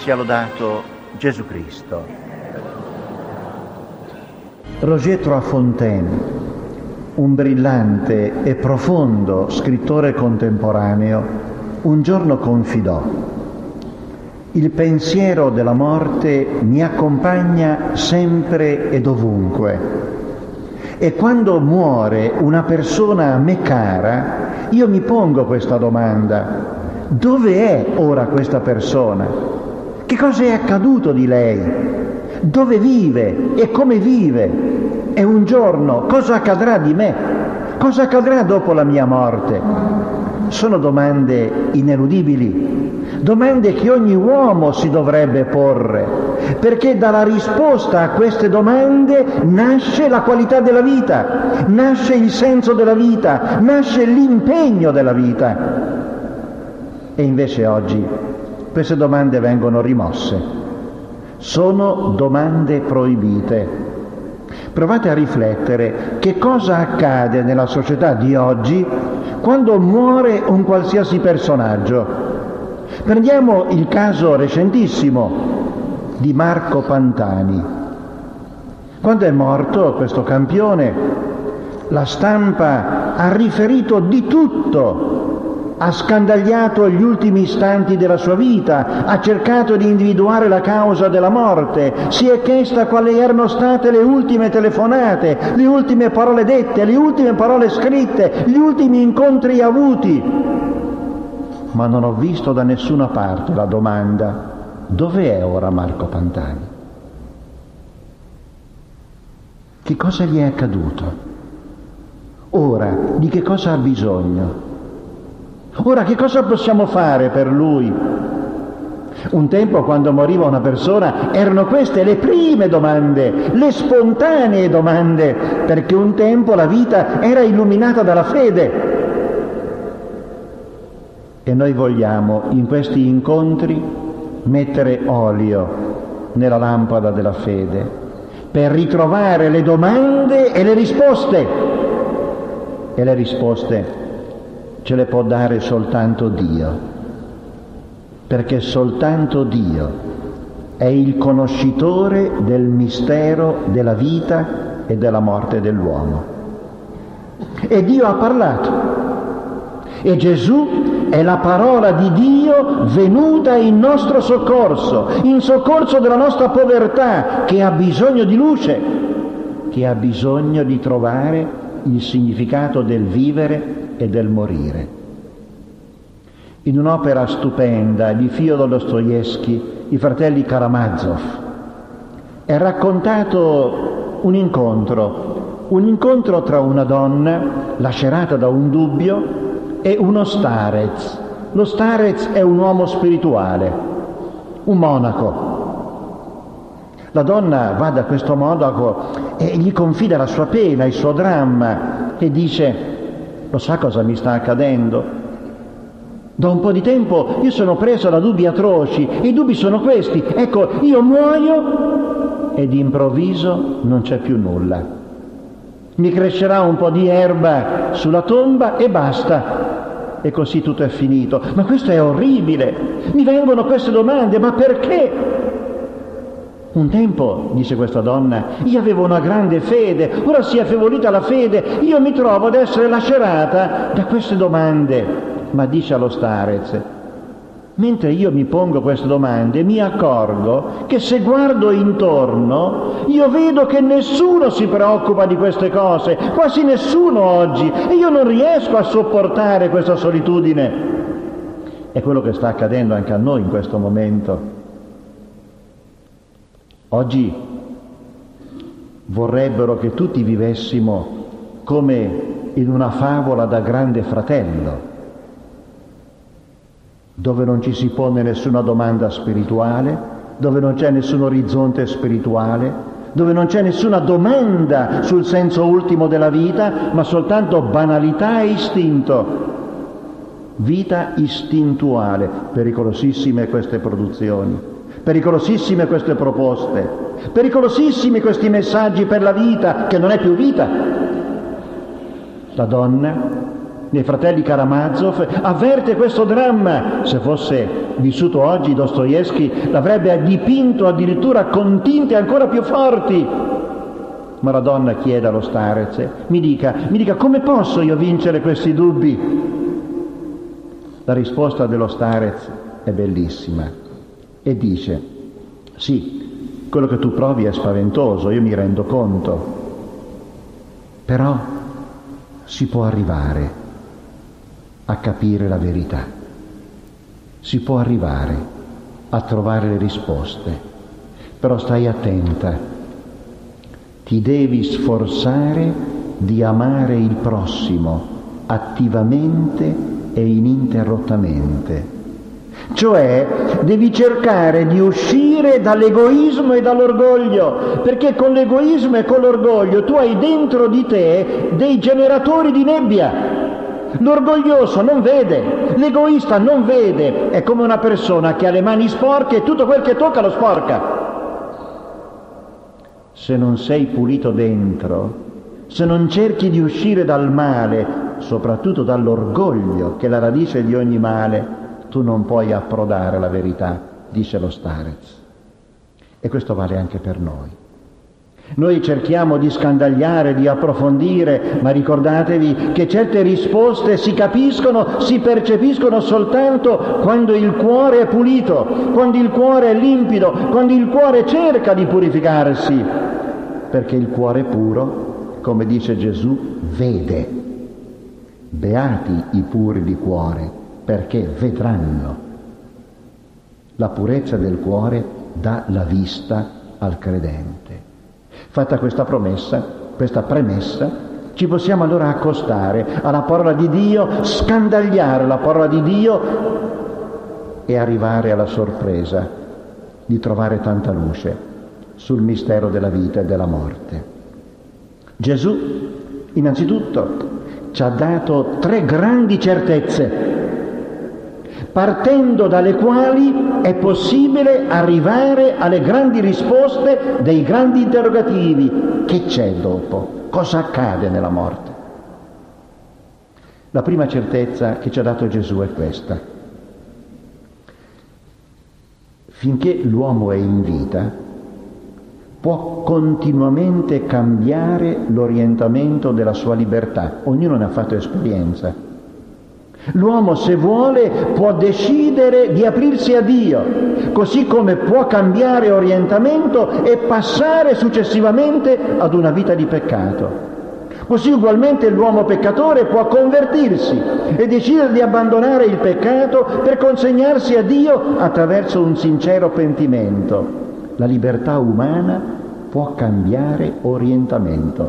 sia lodato Gesù Cristo. Roger Trois-Fontaine, un brillante e profondo scrittore contemporaneo, un giorno confidò: il pensiero della morte mi accompagna sempre e dovunque, e quando muore una persona a me cara, io mi pongo questa domanda: dove è ora questa persona? Che cosa è accaduto di lei? Dove vive e come vive? E un giorno cosa accadrà di me? Cosa accadrà dopo la mia morte? Sono domande ineludibili, domande che ogni uomo si dovrebbe porre, perché dalla risposta a queste domande nasce la qualità della vita, nasce il senso della vita, nasce l'impegno della vita. E invece oggi queste domande vengono rimosse. Sono domande proibite. Provate a riflettere che cosa accade nella società di oggi quando muore un qualsiasi personaggio. Prendiamo il caso recentissimo di Marco Pantani. Quando è morto questo campione, la stampa ha riferito di tutto, ha scandagliato gli ultimi istanti della sua vita, ha cercato di individuare la causa della morte, si è chiesta quali erano state le ultime telefonate, le ultime parole dette, le ultime parole scritte, gli ultimi incontri avuti. Ma non ho visto da nessuna parte la domanda: dove è ora Marco Pantani? Che cosa gli è accaduto? Ora di che cosa ha bisogno? Ora che cosa possiamo fare per lui? Un tempo, quando moriva una persona, erano queste le prime domande, le spontanee domande, perché un tempo la vita era illuminata dalla fede. E noi vogliamo in questi incontri mettere olio nella lampada della fede per ritrovare le domande e le risposte. E le risposte ce le può dare soltanto Dio, perché soltanto Dio è il conoscitore del mistero della vita e della morte dell'uomo. E Dio ha parlato, e Gesù è la parola di Dio venuta in nostro soccorso, in soccorso della nostra povertà, che ha bisogno di luce, che ha bisogno di trovare il significato del vivere e del morire. In un'opera stupenda di Fyodor Dostoevskij, I fratelli Karamazov, è raccontato un incontro tra una donna lacerata da un dubbio e uno starez. Lo starez è un uomo spirituale, un monaco. La donna va da questo monaco e gli confida la sua pena, il suo dramma, e dice: lo sa cosa mi sta accadendo? Da un po' di tempo io sono preso da dubbi atroci, e i dubbi sono questi: ecco, io muoio e d'improvviso non c'è più nulla. Mi crescerà un po' di erba sulla tomba e basta, e così tutto è finito. Ma questo è orribile, mi vengono queste domande: ma perché? Un tempo, dice questa donna, io avevo una grande fede, ora si è affievolita la fede, io mi trovo ad essere lacerata da queste domande. Ma dice allo starez: mentre io mi pongo queste domande, mi accorgo che se guardo intorno, io vedo che nessuno si preoccupa di queste cose, quasi nessuno oggi, e io non riesco a sopportare questa solitudine. È quello che sta accadendo anche a noi in questo momento. Oggi vorrebbero che tutti vivessimo come in una favola da Grande Fratello, dove non ci si pone nessuna domanda spirituale, dove non c'è nessun orizzonte spirituale, dove non c'è nessuna domanda sul senso ultimo della vita, ma soltanto banalità e istinto. Vita istintuale. Pericolosissime queste produzioni. Pericolosissime queste proposte, pericolosissimi questi messaggi per la vita, che non è più vita. La donna nei fratelli Karamazov, avverte questo dramma. Se fosse vissuto oggi Dostoevskij l'avrebbe dipinto addirittura con tinte ancora più forti. Ma la donna chiede allo starez, mi dica come posso io vincere questi dubbi? La risposta dello starez è bellissima e dice: sì, quello che tu provi è spaventoso, io mi rendo conto, però si può arrivare a capire la verità, si può arrivare a trovare le risposte, però stai attenta, ti devi sforzare di amare il prossimo attivamente e ininterrottamente. Cioè devi cercare di uscire dall'egoismo e dall'orgoglio, perché con l'egoismo e con l'orgoglio tu hai dentro di te dei generatori di nebbia. L'orgoglioso non vede, l'egoista non vede, è come una persona che ha le mani sporche e tutto quel che tocca lo sporca. Se non sei pulito dentro, se non cerchi di uscire dal male, soprattutto dall'orgoglio che è la radice di ogni male, tu non puoi approdare alla verità, dice lo starez. E questo vale anche per noi. Noi cerchiamo di scandagliare, di approfondire, ma ricordatevi che certe risposte si capiscono, si percepiscono soltanto quando il cuore è pulito, quando il cuore è limpido, quando il cuore cerca di purificarsi, perché il cuore puro, come dice Gesù, vede. Beati i puri di cuore, perché vedranno. La purezza del cuore dà la vista al credente. Fatta questa premessa, ci possiamo allora accostare alla parola di Dio, scandagliare la parola di Dio e arrivare alla sorpresa di trovare tanta luce sul mistero della vita e della morte. Gesù, innanzitutto, ci ha dato 3 grandi certezze, partendo dalle quali è possibile arrivare alle grandi risposte dei grandi interrogativi. Che c'è dopo? Cosa accade nella morte? La prima certezza che ci ha dato Gesù è questa: finché l'uomo è in vita, può continuamente cambiare l'orientamento della sua libertà. Ognuno ne ha fatto esperienza. L'uomo, se vuole, può decidere di aprirsi a Dio, così come può cambiare orientamento e passare successivamente ad una vita di peccato. Così ugualmente l'uomo peccatore può convertirsi e decidere di abbandonare il peccato per consegnarsi a Dio attraverso un sincero pentimento. La libertà umana può cambiare orientamento.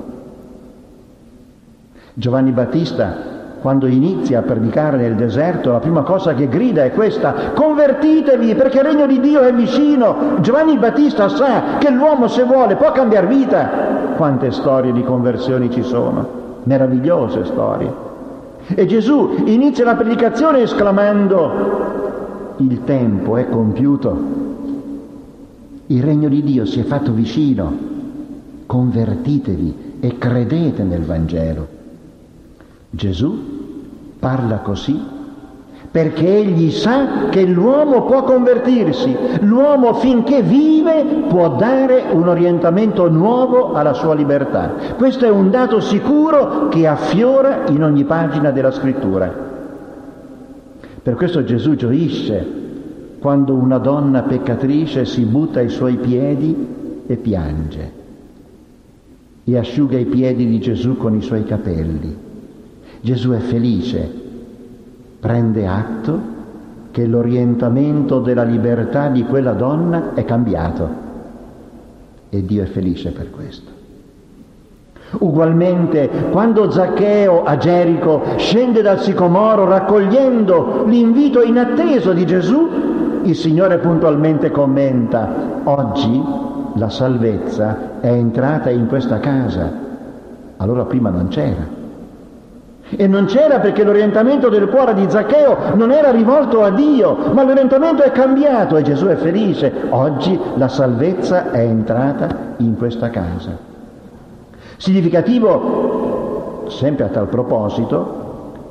Giovanni Battista, quando inizia a predicare nel deserto, la prima cosa che grida è questa: convertitevi perché il regno di Dio è vicino. Giovanni Battista sa che l'uomo, se vuole, può cambiare vita. Quante storie di conversioni ci sono, meravigliose storie. E Gesù inizia la predicazione esclamando: il tempo è compiuto, il regno di Dio si è fatto vicino, convertitevi e credete nel Vangelo. Gesù parla così perché egli sa che l'uomo può convertirsi. L'uomo, finché vive, può dare un orientamento nuovo alla sua libertà. Questo è un dato sicuro che affiora in ogni pagina della Scrittura. Per questo Gesù gioisce quando una donna peccatrice si butta ai suoi piedi e piange e asciuga i piedi di Gesù con i suoi capelli. Gesù è felice, prende atto che l'orientamento della libertà di quella donna è cambiato e Dio è felice per questo. Ugualmente, quando Zaccheo a Gerico scende dal sicomoro raccogliendo l'invito inatteso di Gesù, il Signore puntualmente commenta: oggi la salvezza è entrata in questa casa. Allora prima non c'era. E non c'era perché l'orientamento del cuore di Zaccheo non era rivolto a Dio, ma l'orientamento è cambiato e Gesù è felice. Oggi la salvezza è entrata in questa casa. Significativo, sempre a tal proposito,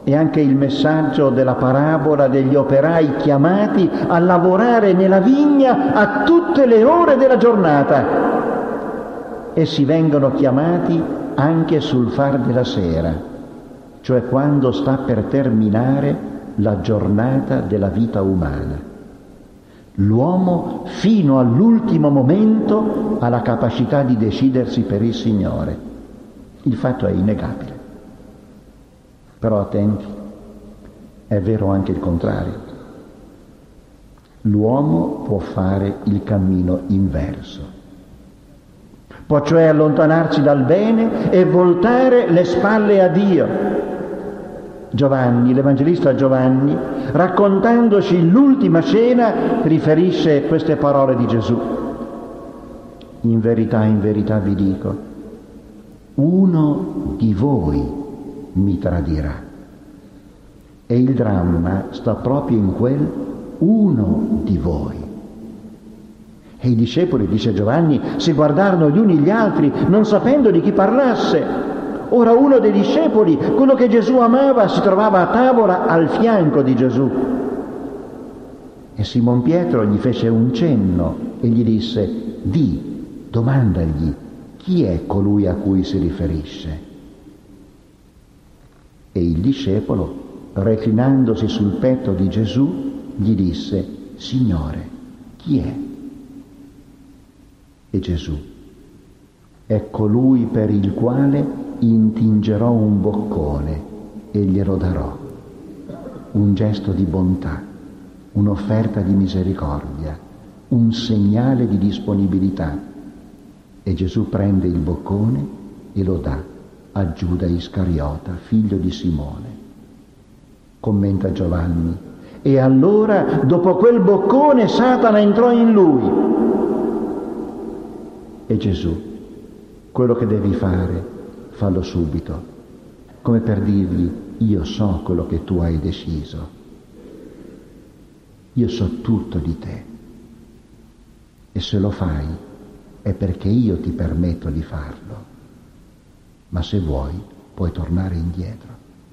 è anche il messaggio della parabola degli operai chiamati a lavorare nella vigna a tutte le ore della giornata. Essi vengono chiamati anche sul far della sera, cioè quando sta per terminare la giornata della vita umana. L'uomo fino all'ultimo momento ha la capacità di decidersi per il Signore. Il fatto è innegabile. Però attenti, è vero anche il contrario. L'uomo può fare il cammino inverso. Può cioè allontanarsi dal bene e voltare le spalle a Dio. Giovanni, l'Evangelista Giovanni, raccontandoci l'ultima cena, riferisce queste parole di Gesù. In verità vi dico, uno di voi mi tradirà. E il dramma sta proprio in quel uno di voi. E i discepoli, dice Giovanni, si guardarono gli uni gli altri, non sapendo di chi parlasse. Ora uno dei discepoli, quello che Gesù amava, si trovava a tavola al fianco di Gesù. E Simon Pietro gli fece un cenno e gli disse: domandagli, chi è colui a cui si riferisce? E il discepolo, reclinandosi sul petto di Gesù, gli disse: Signore, chi è? E Gesù: è colui per il quale intingerò un boccone e glielo darò. Un gesto di bontà, un'offerta di misericordia, un segnale di disponibilità. E Gesù prende il boccone e lo dà a Giuda Iscariota, figlio di Simone. Commenta Giovanni: e allora, dopo quel boccone, Satana entrò in lui. E Gesù: quello che devi fare, fallo subito, come per dirgli: io so quello che tu hai deciso, io so tutto di te, e se lo fai è perché io ti permetto di farlo. Ma se vuoi, puoi tornare indietro.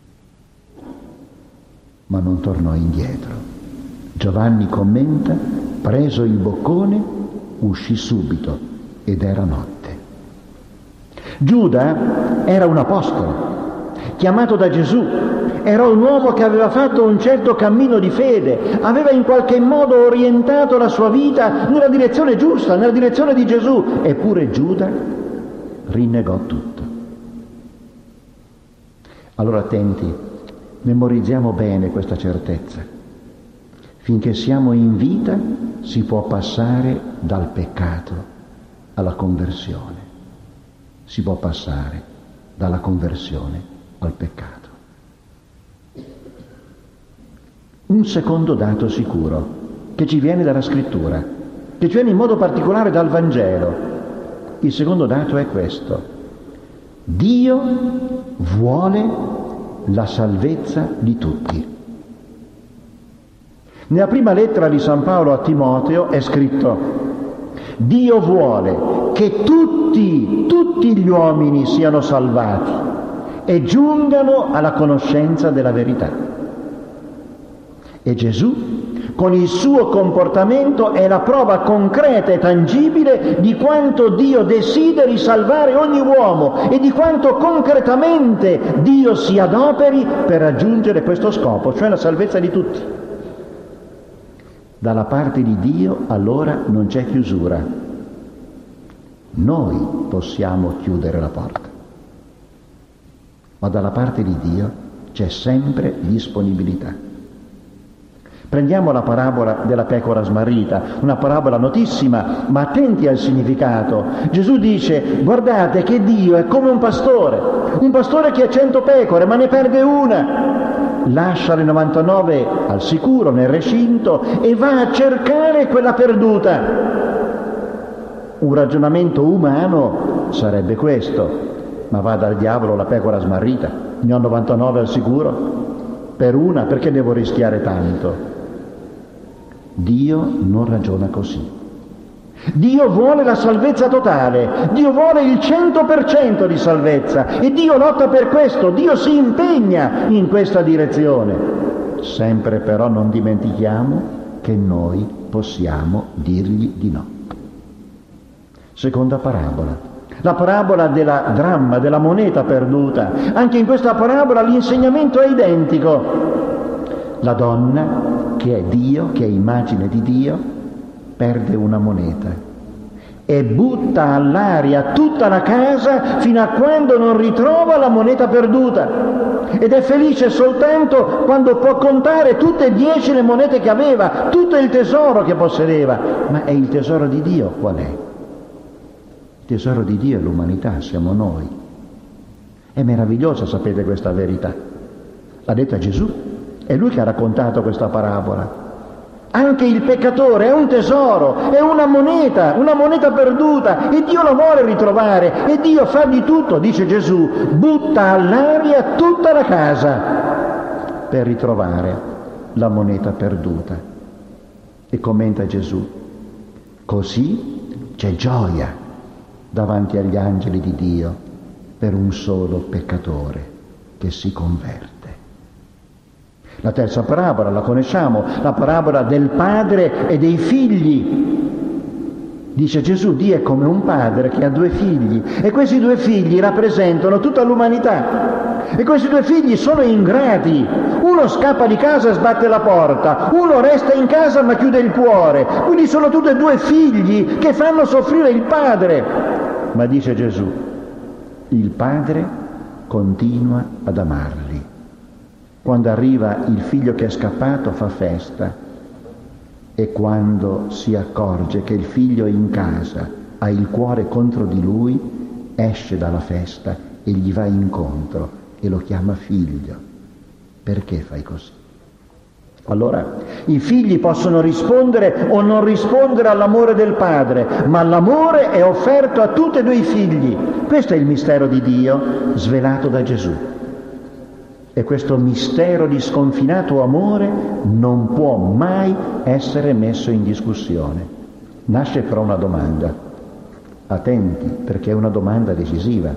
Ma non tornò indietro. Giovanni commenta: preso il boccone, uscì subito, ed era notte. Giuda era un apostolo, chiamato da Gesù. Era un uomo che aveva fatto un certo cammino di fede, aveva in qualche modo orientato la sua vita nella direzione giusta, nella direzione di Gesù. Eppure Giuda rinnegò tutto. Allora attenti, memorizziamo bene questa certezza. Finché siamo in vita si può passare dal peccato alla conversione. Si può passare dalla conversione al peccato. Un secondo dato sicuro che ci viene dalla Scrittura, che ci viene in modo particolare dal Vangelo. Il secondo dato è questo: Dio vuole la salvezza di tutti. Nella prima lettera di San Paolo a Timoteo è scritto: Dio vuole che tutti gli uomini siano salvati e giungano alla conoscenza della verità. E Gesù, con il suo comportamento, è la prova concreta e tangibile di quanto Dio desideri salvare ogni uomo e di quanto concretamente Dio si adoperi per raggiungere questo scopo, cioè la salvezza di tutti. Dalla parte di Dio allora non c'è chiusura. Noi possiamo chiudere la porta, ma dalla parte di Dio c'è sempre disponibilità. Prendiamo la parabola della pecora smarrita, una parabola notissima, ma attenti al significato. Gesù dice: guardate che Dio è come un pastore che ha 100 pecore ma ne perde una. Lascia le 99 al sicuro nel recinto e va a cercare quella perduta. Un ragionamento umano sarebbe questo: ma va dal diavolo la pecora smarrita, ne ho 99 al sicuro, per una perché devo rischiare tanto? Dio non ragiona così. Dio vuole la salvezza totale, Dio vuole il 100% di salvezza e Dio lotta per questo, Dio si impegna in questa direzione. Sempre però non dimentichiamo che noi possiamo dirgli di no. Seconda parabola, la parabola della dramma, della moneta perduta. Anche in questa parabola l'insegnamento è identico. La donna, che è Dio, che è immagine di Dio, perde una moneta e butta all'aria tutta la casa fino a quando non ritrova la moneta perduta, ed è felice soltanto quando può contare tutte e 10 le monete che aveva, tutto il tesoro che possedeva. Ma è il tesoro di Dio qual è? Il tesoro di Dio è l'umanità, siamo noi. È meravigliosa, sapete, questa verità. L'ha detta Gesù, è Lui che ha raccontato questa parabola. Anche il peccatore è un tesoro, è una moneta perduta, e Dio la vuole ritrovare, e Dio fa di tutto, dice Gesù, butta all'aria tutta la casa per ritrovare la moneta perduta. E commenta Gesù, così c'è gioia davanti agli angeli di Dio per un solo peccatore che si converte. La terza parabola la conosciamo, la parabola del padre e dei figli. Dice Gesù, Dio è come un padre che ha 2 figli e questi 2 figli rappresentano tutta l'umanità e questi 2 figli sono ingrati. Uno scappa di casa e sbatte la porta, uno resta in casa ma chiude il cuore. Quindi sono tutti e 2 figli che fanno soffrire il padre. Ma dice Gesù, il padre continua ad amarli. Quando arriva il figlio che è scappato fa festa, e quando si accorge che il figlio è in casa, ha il cuore contro di lui, esce dalla festa e gli va incontro e lo chiama figlio. Perché fai così? Allora, i figli possono rispondere o non rispondere all'amore del padre, ma l'amore è offerto a tutti e 2 i figli. Questo è il mistero di Dio svelato da Gesù. E questo mistero di sconfinato amore non può mai essere messo in discussione. Nasce però una domanda. Attenti, perché è una domanda decisiva.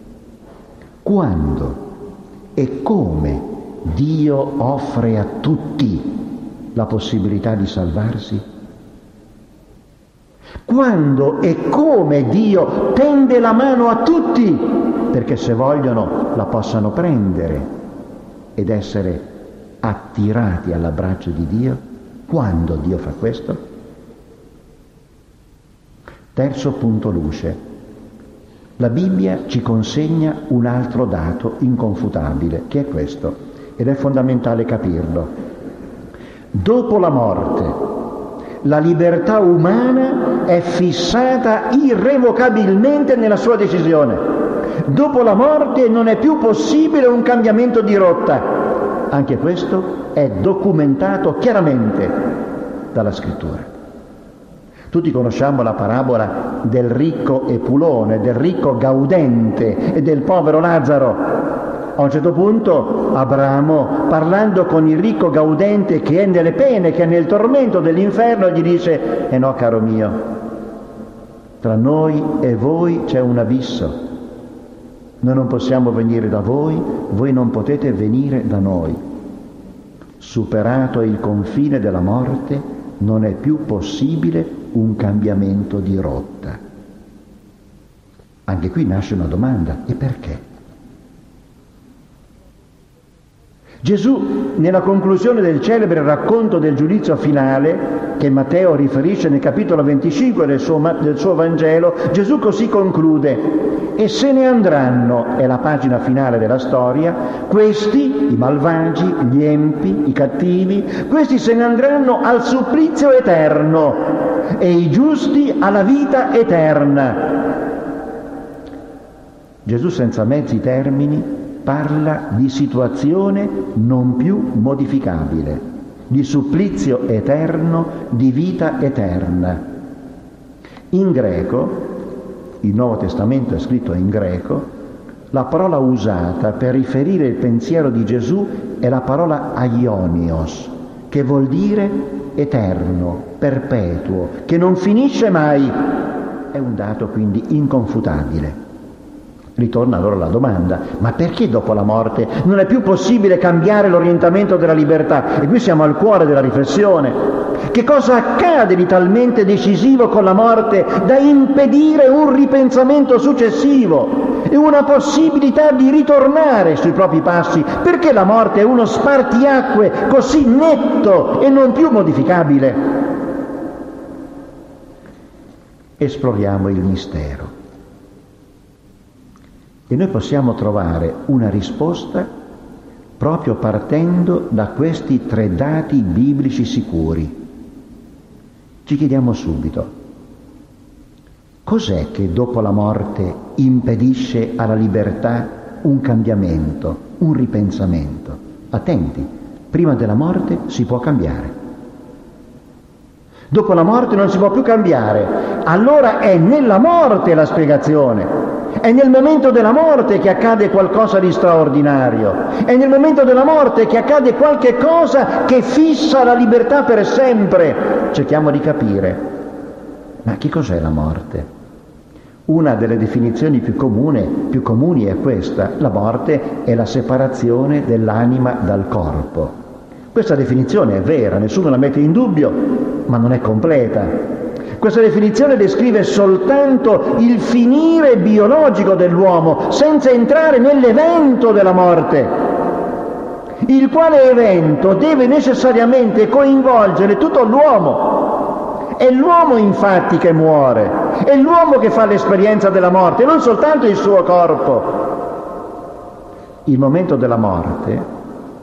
Quando e come Dio offre a tutti la possibilità di salvarsi? Quando e come Dio tende la mano a tutti perché se vogliono la possano prendere ed essere attirati all'abbraccio di Dio? Quando Dio fa questo? Terzo punto luce. La Bibbia ci consegna un altro dato inconfutabile, che è questo, ed è fondamentale capirlo. Dopo la morte, la libertà umana è fissata irrevocabilmente nella sua decisione. Dopo la morte non è più possibile un cambiamento di rotta. Anche questo è documentato chiaramente dalla Scrittura. Tutti conosciamo la parabola del ricco Epulone, del ricco gaudente e del povero Lazzaro. A un certo punto Abramo, parlando con il ricco gaudente che è nelle pene, che è nel tormento dell'inferno, gli dice: no, caro mio, tra noi e voi c'è un abisso. Noi non possiamo venire da voi, voi non potete venire da noi. Superato il confine della morte, non è più possibile un cambiamento di rotta. Anche qui nasce una domanda: e perché? Gesù, nella conclusione del celebre racconto del giudizio finale, che Matteo riferisce nel capitolo 25 del suo Vangelo, Gesù così conclude: e se ne andranno, è la pagina finale della storia, questi, i malvagi, gli empi, i cattivi, questi se ne andranno al supplizio eterno e i giusti alla vita eterna. Gesù, senza mezzi termini, parla di situazione non più modificabile, di supplizio eterno, di vita eterna. In greco, il Nuovo Testamento è scritto in greco, la parola usata per riferire il pensiero di Gesù è la parola aionios, che vuol dire eterno, perpetuo, che non finisce mai. È un dato quindi inconfutabile. Ritorna allora la domanda: ma perché dopo la morte non è più possibile cambiare l'orientamento della libertà? E qui siamo al cuore della riflessione. Che cosa accade di talmente decisivo con la morte da impedire un ripensamento successivo e una possibilità di ritornare sui propri passi? Perché la morte è uno spartiacque così netto e non più modificabile? Esploriamo il mistero. E noi possiamo trovare una risposta proprio partendo da questi 3 dati biblici sicuri. Ci chiediamo subito: cos'è che dopo la morte impedisce alla libertà un cambiamento, un ripensamento? Attenti, prima della morte si può cambiare. Dopo la morte non si può più cambiare. Allora è nella morte la spiegazione. È nel momento della morte che accade qualcosa di straordinario. È nel momento della morte che accade qualche cosa che fissa la libertà per sempre. Cerchiamo di capire. Ma che cos'è la morte? Una delle definizioni più comuni è questa: la morte è la separazione dell'anima dal corpo. Questa definizione è vera, nessuno la mette in dubbio, ma non è completa. Questa definizione descrive soltanto il finire biologico dell'uomo, senza entrare nell'evento della morte, il quale evento deve necessariamente coinvolgere tutto l'uomo. È l'uomo infatti che muore, è l'uomo che fa l'esperienza della morte, non soltanto il suo corpo. Il momento della morte,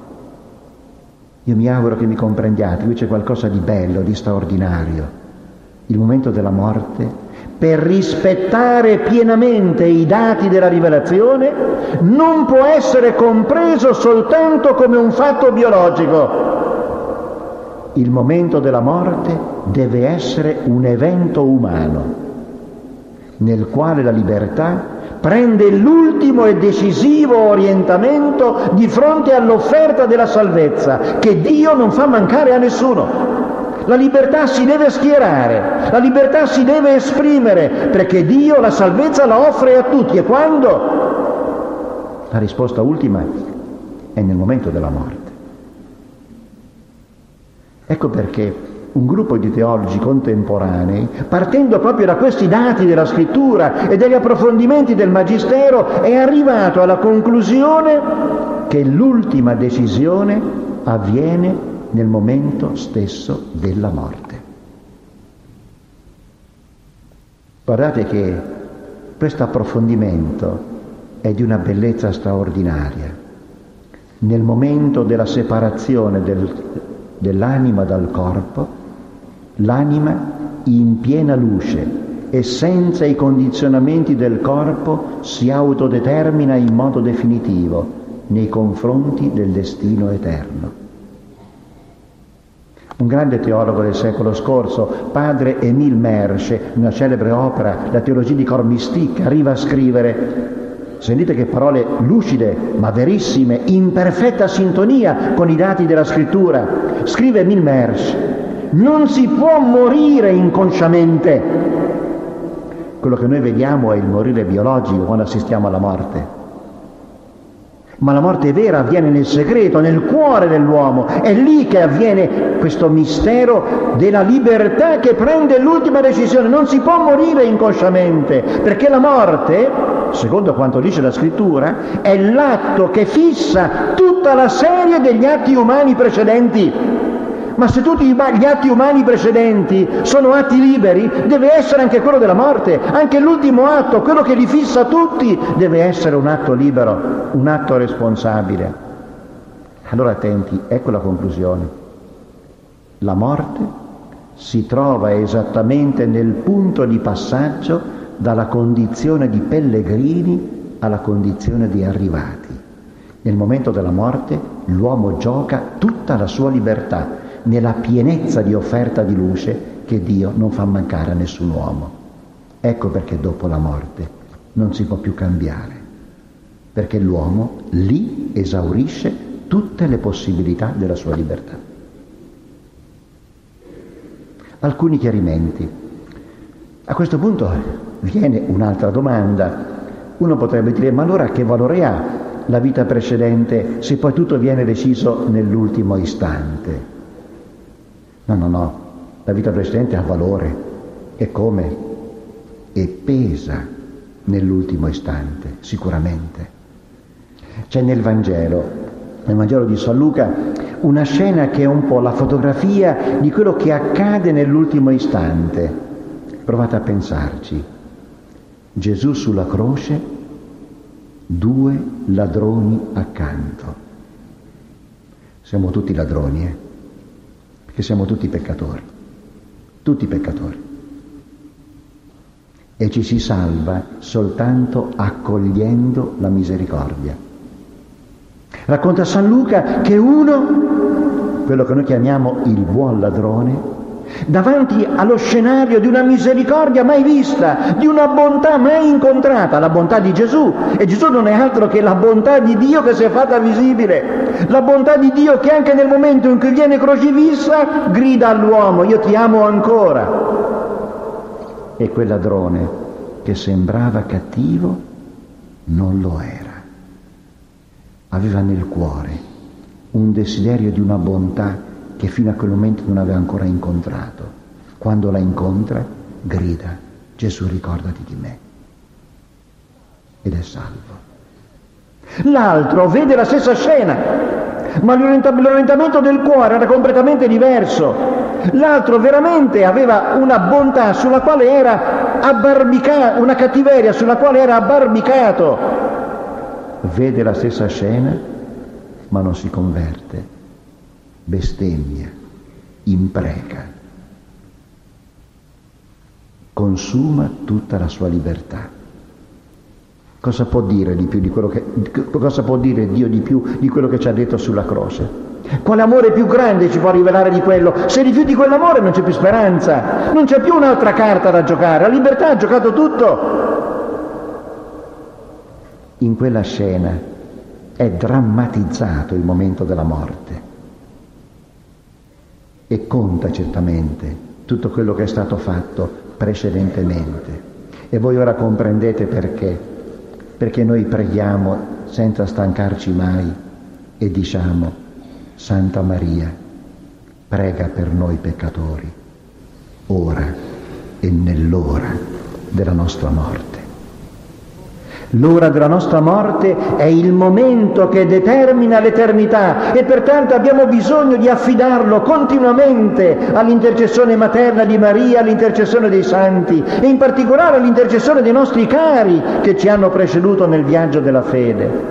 io mi auguro che mi comprendiate, qui c'è qualcosa di bello, di straordinario. Il momento della morte, per rispettare pienamente i dati della rivelazione, non può essere compreso soltanto come un fatto biologico. Il momento della morte deve essere un evento umano, nel quale la libertà prende l'ultimo e decisivo orientamento di fronte all'offerta della salvezza, che Dio non fa mancare a nessuno. La libertà si deve schierare, la libertà si deve esprimere, perché Dio la salvezza la offre a tutti. E quando? La risposta ultima è nel momento della morte. Ecco perché un gruppo di teologi contemporanei, partendo proprio da questi dati della Scrittura e dagli approfondimenti del Magistero, è arrivato alla conclusione che l'ultima decisione avviene nel momento stesso della morte. Guardate che questo approfondimento è di una bellezza straordinaria. Nel momento della separazione dell'anima dal corpo, l'anima in piena luce e senza i condizionamenti del corpo si autodetermina in modo definitivo nei confronti del destino eterno. Un grande teologo del secolo scorso, padre Émile Mersch, in una celebre opera, La teologia di Corps Mystique, arriva a scrivere, sentite che parole lucide ma verissime, in perfetta sintonia con i dati della Scrittura. Scrive Émile Mersch: non si può morire inconsciamente. Quello che noi vediamo è il morire biologico quando assistiamo alla morte. Ma la morte vera avviene nel segreto, nel cuore dell'uomo. È lì che avviene questo mistero della libertà che prende l'ultima decisione. Non si può morire inconsciamente, perché la morte, secondo quanto dice la Scrittura, è l'atto che fissa tutta la serie degli atti umani precedenti. Ma se tutti gli atti umani precedenti sono atti liberi, deve essere anche quello della morte. Anche l'ultimo atto, quello che li fissa tutti, deve essere un atto libero, un atto responsabile. Allora attenti, ecco la conclusione. La morte si trova esattamente nel punto di passaggio dalla condizione di pellegrini alla condizione di arrivati. Nel momento della morte l'uomo gioca tutta la sua libertà nella pienezza di offerta di luce che Dio non fa mancare a nessun uomo. Ecco perché dopo la morte non si può più cambiare, perché l'uomo lì esaurisce tutte le possibilità della sua libertà. alcuni chiarimenti. A questo punto viene un'altra domanda. Uno potrebbe dire: ma allora che valore ha la vita precedente se poi tutto viene deciso nell'ultimo istante? No, la vita precedente ha valore. E come? E pesa nell'ultimo istante, sicuramente. C'è nel Vangelo di San Luca, una scena che è un po' la fotografia di quello che accade nell'ultimo istante. Provate a pensarci. Gesù sulla croce, 2 ladroni accanto. Siamo tutti ladroni, perché siamo tutti peccatori. E ci si salva soltanto accogliendo la misericordia. Racconta San Luca che uno, quello che noi chiamiamo il buon ladrone, davanti allo scenario di una misericordia mai vista, di una bontà mai incontrata, la bontà di Gesù, e Gesù non è altro che la bontà di Dio che si è fatta visibile, la bontà di Dio che anche nel momento in cui viene crocifissa grida all'uomo: io ti amo ancora. E quel ladrone che sembrava cattivo non lo era, aveva nel cuore un desiderio di una bontà che fino a quel momento non aveva ancora incontrato. Quando la incontra, grida: Gesù, ricordati di me. Ed è salvo. L'altro vede la stessa scena, ma l'orientamento del cuore era completamente diverso. L'altro veramente aveva una bontà sulla quale era abbarbicato, una cattiveria sulla quale era abbarbicato. Vede la stessa scena, ma non si converte. Bestemmia, impreca, consuma tutta la sua libertà. Cosa può dire di più di quello cosa può dire Dio di più di quello che ci ha detto sulla croce? Quale amore più grande ci può rivelare di quello? Se rifiuti quell'amore non c'è più speranza, non c'è più un'altra carta da giocare, la libertà ha giocato tutto. In quella scena è drammatizzato il momento della morte. E conta certamente tutto quello che è stato fatto precedentemente. E voi ora comprendete perché noi preghiamo senza stancarci mai e diciamo: Santa Maria, prega per noi peccatori, ora e nell'ora della nostra morte. L'ora della nostra morte è il momento che determina l'eternità e pertanto abbiamo bisogno di affidarlo continuamente all'intercessione materna di Maria, all'intercessione dei santi e in particolare all'intercessione dei nostri cari che ci hanno preceduto nel viaggio della fede.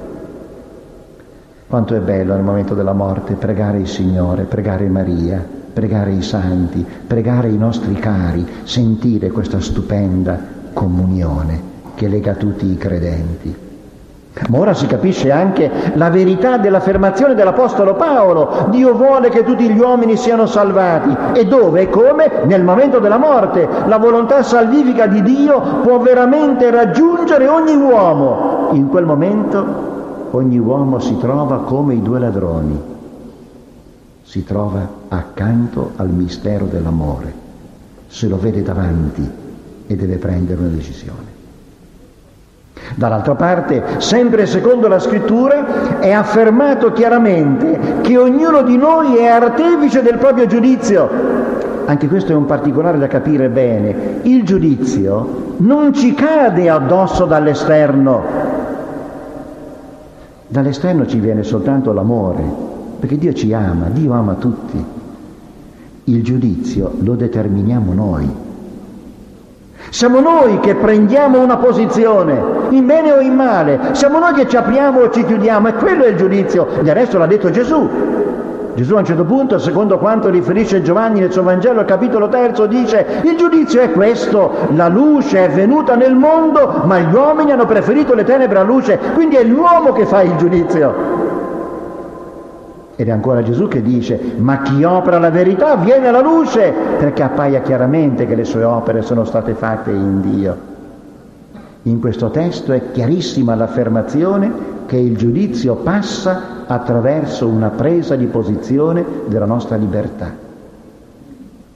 Quanto è bello nel momento della morte pregare il Signore, pregare Maria, pregare i santi, pregare i nostri cari, sentire questa stupenda comunione che lega tutti i credenti. Ma ora si capisce anche la verità dell'affermazione dell'Apostolo Paolo: Dio vuole che tutti gli uomini siano salvati. E dove e come? Nel momento della morte. La volontà salvifica di Dio può veramente raggiungere ogni uomo. In quel momento ogni uomo si trova come i 2 ladroni, si trova accanto al mistero dell'amore, se lo vede davanti e deve prendere una decisione. Dall'altra parte, sempre secondo la Scrittura, è affermato chiaramente che ognuno di noi è artefice del proprio giudizio. Anche questo è un particolare da capire bene. Il giudizio non ci cade addosso dall'esterno. Dall'esterno ci viene soltanto l'amore, perché Dio ci ama, Dio ama tutti. Il giudizio lo determiniamo noi. Siamo noi che prendiamo una posizione, in bene o in male. Siamo noi che ci apriamo o ci chiudiamo, e quello è il giudizio. Del resto l'ha detto Gesù. Gesù a un certo punto, secondo quanto riferisce Giovanni nel suo Vangelo, al capitolo 3, dice: il giudizio è questo, la luce è venuta nel mondo, ma gli uomini hanno preferito le tenebre alla luce. Quindi è l'uomo che fa il giudizio. Ed è ancora Gesù che dice: ma chi opera la verità viene alla luce, perché appaia chiaramente che le sue opere sono state fatte in Dio. In questo testo è chiarissima l'affermazione che il giudizio passa attraverso una presa di posizione della nostra libertà.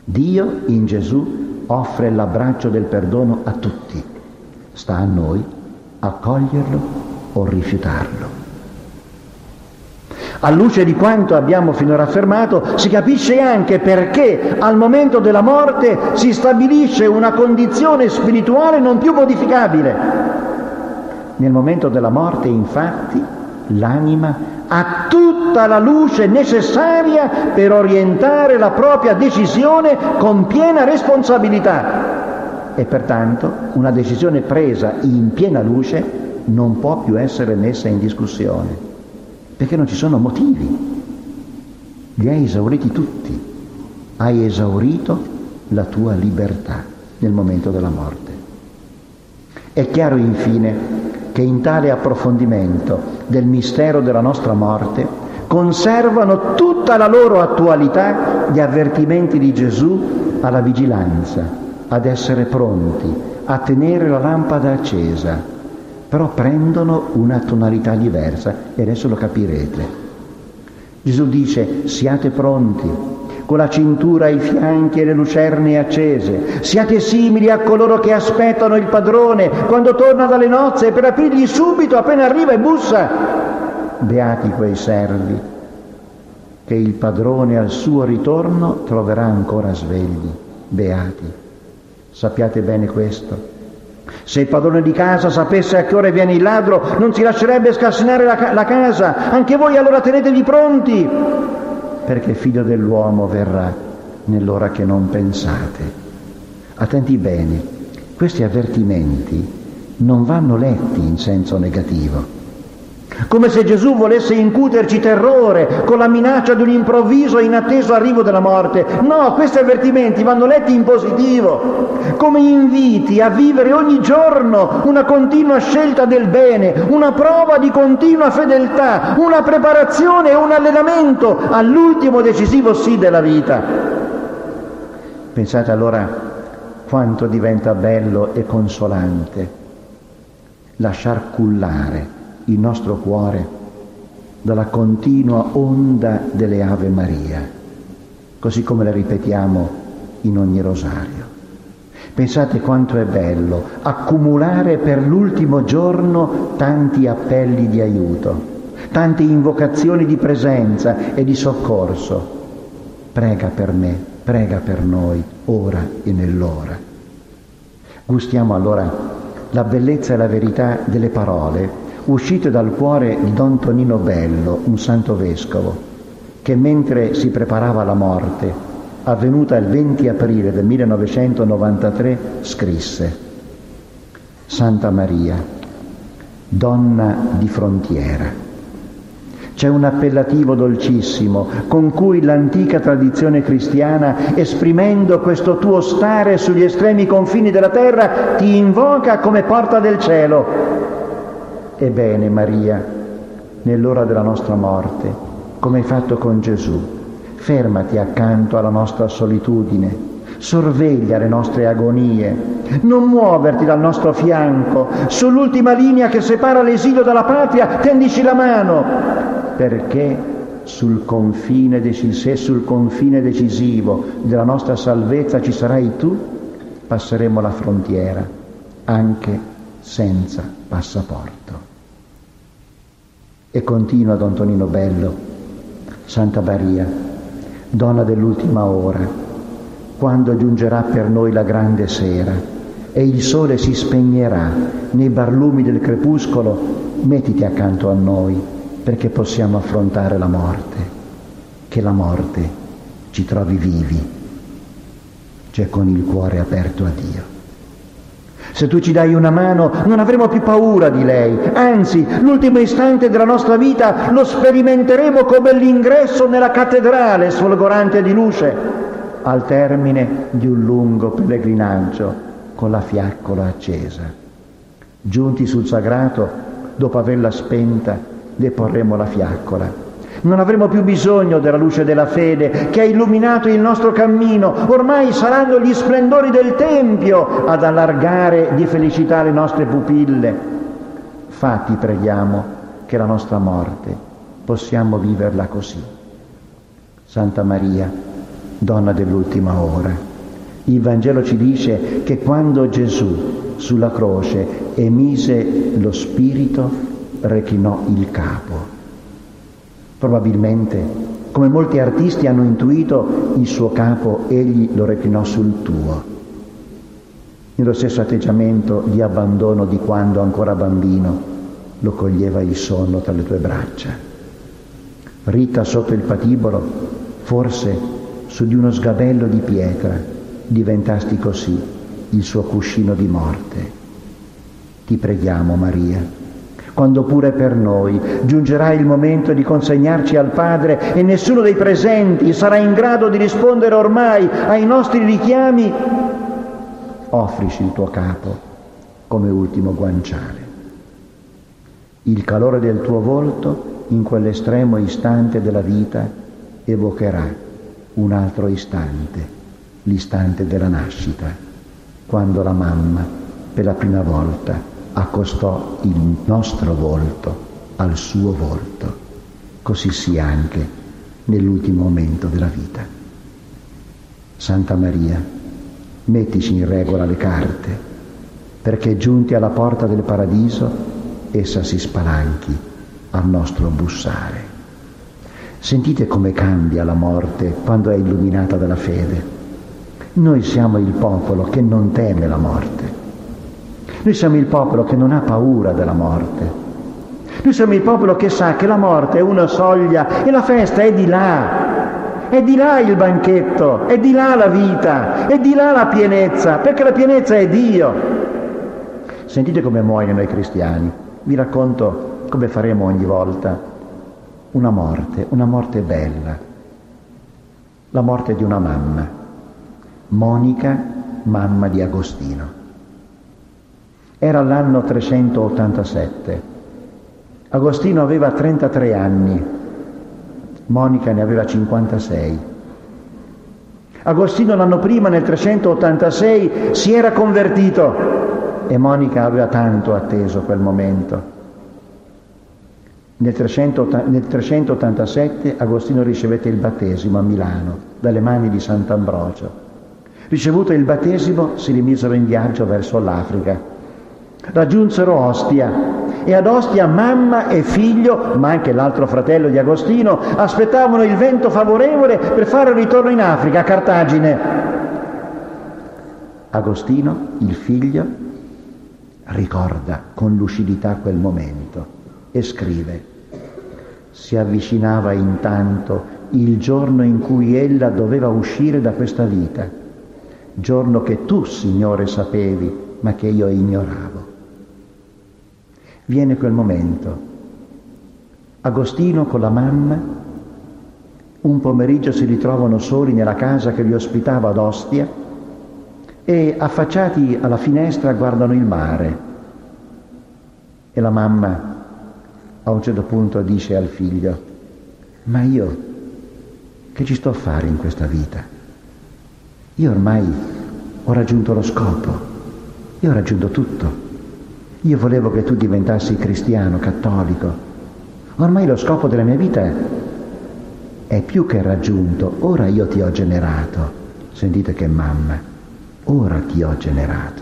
Dio in Gesù offre l'abbraccio del perdono a tutti. Sta a noi accoglierlo o rifiutarlo. A luce di quanto abbiamo finora affermato, si capisce anche perché al momento della morte si stabilisce una condizione spirituale non più modificabile. Nel momento della morte, infatti, l'anima ha tutta la luce necessaria per orientare la propria decisione con piena responsabilità e pertanto una decisione presa in piena luce non può più essere messa in discussione, perché non ci sono motivi. Li hai esauriti tutti. Hai esaurito la tua libertà nel momento della morte. È chiaro infine che in tale approfondimento del mistero della nostra morte conservano tutta la loro attualità gli avvertimenti di Gesù alla vigilanza, ad essere pronti, a tenere la lampada accesa, però prendono una tonalità diversa e adesso lo capirete. Gesù dice: siate pronti, con la cintura ai fianchi e le lucerne accese, siate simili a coloro che aspettano il padrone quando torna dalle nozze per aprirgli subito appena arriva e bussa. Beati quei servi che il padrone al suo ritorno troverà ancora svegli. Beati. Sappiate bene questo. Se il padrone di casa sapesse a che ora viene il ladro, non si lascerebbe scassinare la casa. Anche voi allora tenetevi pronti, perché il figlio dell'uomo verrà nell'ora che non pensate. Attenti bene, questi avvertimenti non vanno letti in senso negativo, come se Gesù volesse incuterci terrore con la minaccia di un improvviso e inatteso arrivo della morte. No, questi avvertimenti vanno letti in positivo, come inviti a vivere ogni giorno una continua scelta del bene, una prova di continua fedeltà, una preparazione e un allenamento all'ultimo decisivo sì della vita. Pensate allora quanto diventa bello e consolante lasciar cullare il nostro cuore dalla continua onda delle Ave Maria, così come le ripetiamo in ogni rosario. Pensate quanto è bello accumulare per l'ultimo giorno tanti appelli di aiuto, tante invocazioni di presenza e di soccorso. Prega per me, prega per noi, ora e nell'ora. Gustiamo allora la bellezza e la verità delle parole uscite dal cuore di Don Tonino Bello, un santo vescovo, che mentre si preparava alla morte, avvenuta il 20 aprile del 1993, scrisse: Santa Maria, donna di frontiera. C'è un appellativo dolcissimo con cui l'antica tradizione cristiana, esprimendo questo tuo stare sugli estremi confini della terra, ti invoca come porta del cielo. Ebbene, Maria, nell'ora della nostra morte, come hai fatto con Gesù, fermati accanto alla nostra solitudine, sorveglia le nostre agonie, non muoverti dal nostro fianco, sull'ultima linea che separa l'esilio dalla patria, tendici la mano, perché se sul confine decisivo della nostra salvezza ci sarai tu, passeremo la frontiera, anche senza passaporto. E continua Don Tonino Bello: Santa Maria, donna dell'ultima ora, quando giungerà per noi la grande sera e il sole si spegnerà nei barlumi del crepuscolo, mettiti accanto a noi perché possiamo affrontare la morte, che la morte ci trovi vivi, cioè con il cuore aperto a Dio. Se tu ci dai una mano non avremo più paura di lei, anzi l'ultimo istante della nostra vita lo sperimenteremo come l'ingresso nella cattedrale sfolgorante di luce, al termine di un lungo pellegrinaggio con la fiaccola accesa. Giunti sul sagrato, dopo averla spenta, le porremo la fiaccola. Non avremo più bisogno della luce della fede che ha illuminato il nostro cammino. Ormai saranno gli splendori del Tempio ad allargare di felicità le nostre pupille. Fatti, preghiamo, che la nostra morte possiamo viverla così. Santa Maria, donna dell'ultima ora. Il Vangelo ci dice che quando Gesù sulla croce emise lo spirito, reclinò il capo. Probabilmente, come molti artisti hanno intuito, il suo capo egli lo reclinò sul tuo, nello stesso atteggiamento di abbandono di quando ancora bambino lo coglieva il sonno tra le tue braccia. Ritta sotto il patibolo, forse su di uno sgabello di pietra, diventasti così il suo cuscino di morte. Ti preghiamo, Maria, quando pure per noi giungerà il momento di consegnarci al Padre e nessuno dei presenti sarà in grado di rispondere ormai ai nostri richiami, offrici il tuo capo come ultimo guanciale. Il calore del tuo volto in quell'estremo istante della vita evocherà un altro istante, l'istante della nascita, quando la mamma per la prima volta accostò il nostro volto al suo volto. Così sia anche nell'ultimo momento della vita. Santa Maria, mettici in regola le carte, perché giunti alla porta del paradiso essa si spalanchi al nostro bussare. Sentite come cambia la morte quando è illuminata dalla fede. Noi siamo il popolo che non teme la morte. Noi siamo il popolo che non ha paura della morte. Noi siamo il popolo che sa che la morte è una soglia e la festa è di là. È di là il banchetto, è di là la vita, è di là la pienezza, perché la pienezza è Dio. Sentite come muoiono i cristiani. Vi racconto come faremo ogni volta una morte bella, la morte di una mamma, Monica, mamma di Agostino. Era l'anno 387, Agostino aveva 33 anni, Monica ne aveva 56. Agostino l'anno prima, nel 386, si era convertito e Monica aveva tanto atteso quel momento. Nel 387 Agostino ricevette il battesimo a Milano dalle mani di Sant'Ambrogio. Ricevuto il battesimo si rimisero in viaggio verso l'Africa. Raggiunsero Ostia e ad Ostia mamma e figlio, ma anche l'altro fratello di Agostino, aspettavano il vento favorevole per fare il ritorno in Africa, a Cartagine. Agostino, il figlio, ricorda con lucidità quel momento e scrive: si avvicinava intanto il giorno in cui ella doveva uscire da questa vita, giorno che tu, Signore, sapevi, ma che io ignoravo. Viene quel momento. Agostino con la mamma un pomeriggio si ritrovano soli nella casa che li ospitava ad Ostia e affacciati alla finestra guardano il mare. E la mamma a un certo punto dice al figlio: ma io che ci sto a fare in questa vita? Io ormai ho raggiunto lo scopo, io ho raggiunto tutto. Io volevo che tu diventassi cristiano, cattolico. Ormai lo scopo della mia vita è più che raggiunto, ora io ti ho generato. Sentite che mamma. Ora ti ho generato.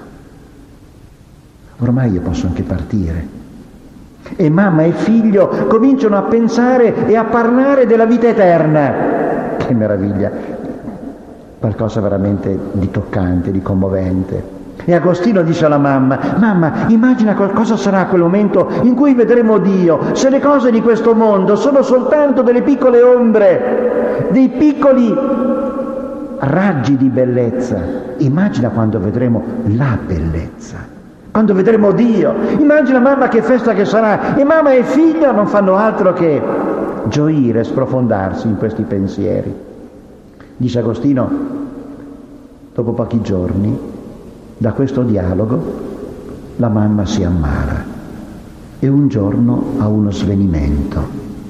Ormai io posso anche partire. E mamma e figlio cominciano a pensare e a parlare della vita eterna. Che meraviglia! Qualcosa veramente di toccante, di commovente. E Agostino dice alla mamma: mamma, immagina cosa sarà quel momento in cui vedremo Dio, se le cose di questo mondo sono soltanto delle piccole ombre, dei piccoli raggi di bellezza. Immagina quando vedremo la bellezza, quando vedremo Dio. Immagina mamma che festa che sarà. E mamma e figlia non fanno altro che gioire, sprofondarsi in questi pensieri. Dice Agostino, dopo pochi giorni da questo dialogo la mamma si ammala e un giorno ha uno svenimento.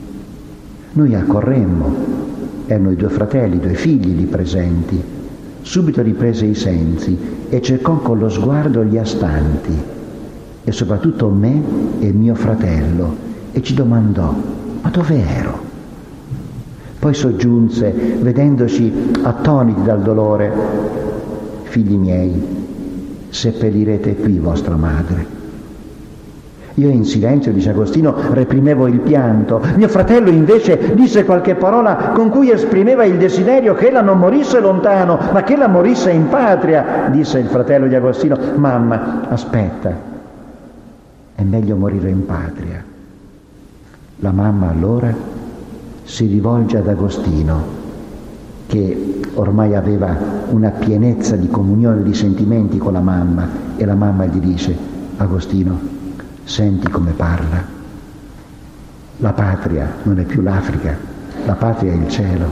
Noi accorremmo, erano i due fratelli, i due figli lì presenti. Subito riprese i sensi e cercò con lo sguardo gli astanti e soprattutto me e mio fratello e ci domandò: ma dove ero? Poi soggiunse, vedendoci attoniti dal dolore: figli miei, seppellirete qui vostra madre. Io in silenzio, dice Agostino, reprimevo il pianto. Mio fratello invece disse qualche parola con cui esprimeva il desiderio che ella non morisse lontano, ma che ella morisse in patria. Disse il fratello di Agostino: mamma, aspetta, è meglio morire in patria. La mamma allora si rivolge ad Agostino, che ormai aveva una pienezza di comunione di sentimenti con la mamma, e la mamma gli dice: Agostino, senti come parla. La patria non è più l'Africa, la patria è il cielo.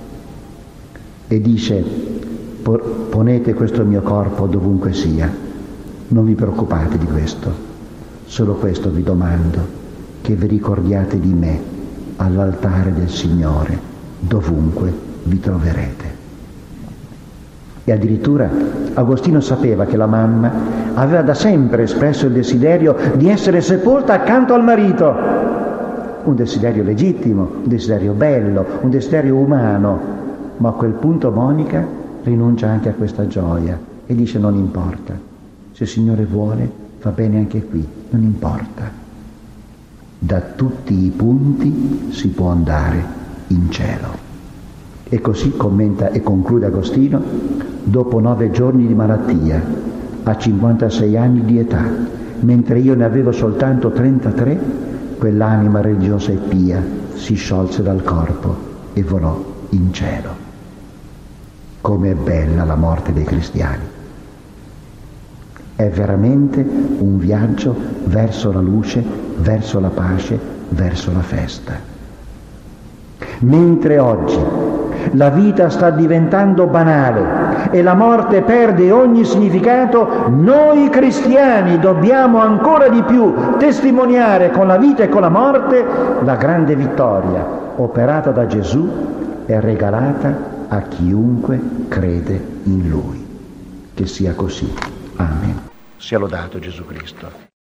E dice: ponete questo mio corpo dovunque sia, non vi preoccupate di questo, solo questo vi domando, che vi ricordiate di me all'altare del Signore, dovunque vi troverete. E addirittura Agostino sapeva che la mamma aveva da sempre espresso il desiderio di essere sepolta accanto al marito. Un desiderio legittimo, un desiderio bello, un desiderio umano. Ma a quel punto Monica rinuncia anche a questa gioia e dice: non importa, se il Signore vuole va bene anche qui, non importa. Da tutti i punti si può andare in cielo. E così commenta e conclude Agostino: dopo 9 giorni di malattia, a 56 anni di età, mentre io ne avevo soltanto 33, quell'anima religiosa e pia si sciolse dal corpo e volò in cielo. Come è bella la morte dei cristiani! È veramente un viaggio verso la luce, verso la pace, verso la festa. Mentre oggi la vita sta diventando banale e la morte perde ogni significato, noi cristiani dobbiamo ancora di più testimoniare con la vita e con la morte la grande vittoria operata da Gesù e regalata a chiunque crede in Lui. Che sia così. Amen. Sia lodato Gesù Cristo.